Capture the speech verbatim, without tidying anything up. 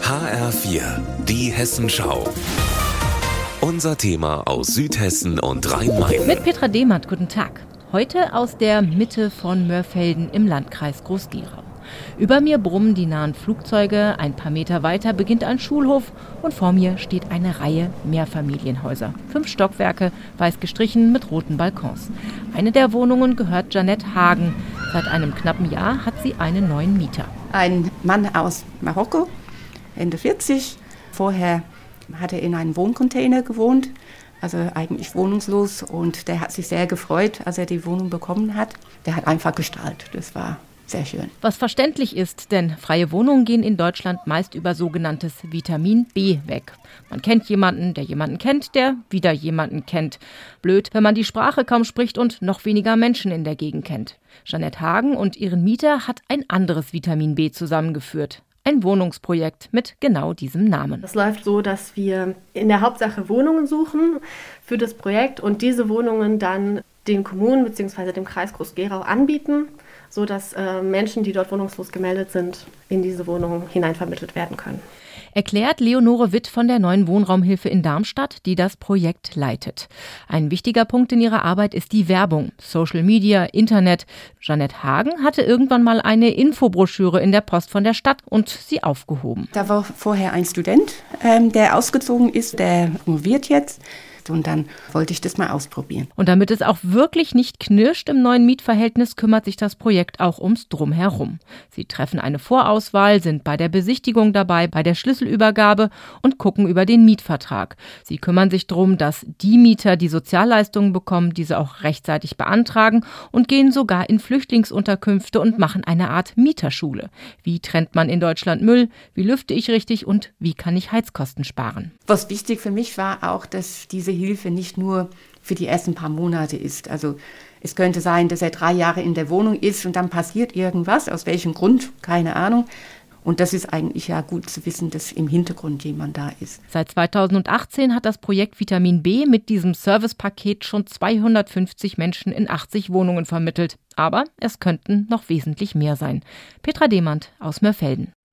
H R vier, die Hessenschau. Unser Thema aus Südhessen und Rhein-Main. Mit Petra Dehmert, guten Tag. Heute aus der Mitte von Mörfelden im Landkreis Groß-Gerau. Über mir brummen die nahen Flugzeuge, ein paar Meter weiter beginnt ein Schulhof und vor mir steht eine Reihe Mehrfamilienhäuser. Fünf Stockwerke, weiß gestrichen mit roten Balkons. Eine der Wohnungen gehört Jeanette Hagen. Seit einem knappen Jahr hat sie einen neuen Mieter. Ein Mann aus Marokko, Ende vierzig. Vorher hat er in einem Wohncontainer gewohnt, also eigentlich wohnungslos. Und der hat sich sehr gefreut, als er die Wohnung bekommen hat. Der hat einfach gestrahlt, das war sehr schön. Was verständlich ist, denn freie Wohnungen gehen in Deutschland meist über sogenanntes Vitamin B weg. Man kennt jemanden, der jemanden kennt, der wieder jemanden kennt. Blöd, wenn man die Sprache kaum spricht und noch weniger Menschen in der Gegend kennt. Jeanette Hagen und ihren Mieter hat ein anderes Vitamin B zusammengeführt. Ein Wohnungsprojekt mit genau diesem Namen. Es läuft so, dass wir in der Hauptsache Wohnungen suchen für das Projekt und diese Wohnungen dann den Kommunen bzw. dem Kreis Groß-Gerau anbieten, sodass äh, Menschen, die dort wohnungslos gemeldet sind, in diese Wohnungen hineinvermittelt werden können. Erklärt Leonore Witt von der Neuen Wohnraumhilfe in Darmstadt, die das Projekt leitet. Ein wichtiger Punkt in ihrer Arbeit ist die Werbung, Social Media, Internet. Jeanette Hagen hatte irgendwann mal eine Infobroschüre in der Post von der Stadt und sie aufgehoben. Da war vorher ein Student, ähm, der ausgezogen ist, der promoviert jetzt. Und dann wollte ich das mal ausprobieren. Und damit es auch wirklich nicht knirscht im neuen Mietverhältnis, kümmert sich das Projekt auch ums Drumherum. Sie treffen eine Vorauswahl, sind bei der Besichtigung dabei, bei der Schlüsselübergabe und gucken über den Mietvertrag. Sie kümmern sich darum, dass die Mieter, die Sozialleistungen bekommen, diese auch rechtzeitig beantragen und gehen sogar in Flüchtlingsunterkünfte und machen eine Art Mieterschule. Wie trennt man in Deutschland Müll? Wie lüfte ich richtig? Und wie kann ich Heizkosten sparen? Was wichtig für mich war auch, dass diese Hilfe nicht nur für die ersten paar Monate ist. Also es könnte sein, dass er drei Jahre in der Wohnung ist und dann passiert irgendwas, aus welchem Grund, keine Ahnung. Und das ist eigentlich ja gut zu wissen, dass im Hintergrund jemand da ist. Seit zweitausendachtzehn hat das Projekt Vitamin B mit diesem Servicepaket schon zweihundertfünfzig Menschen in achtzig Wohnungen vermittelt. Aber es könnten noch wesentlich mehr sein. Petra Dehmert aus Mörfelden.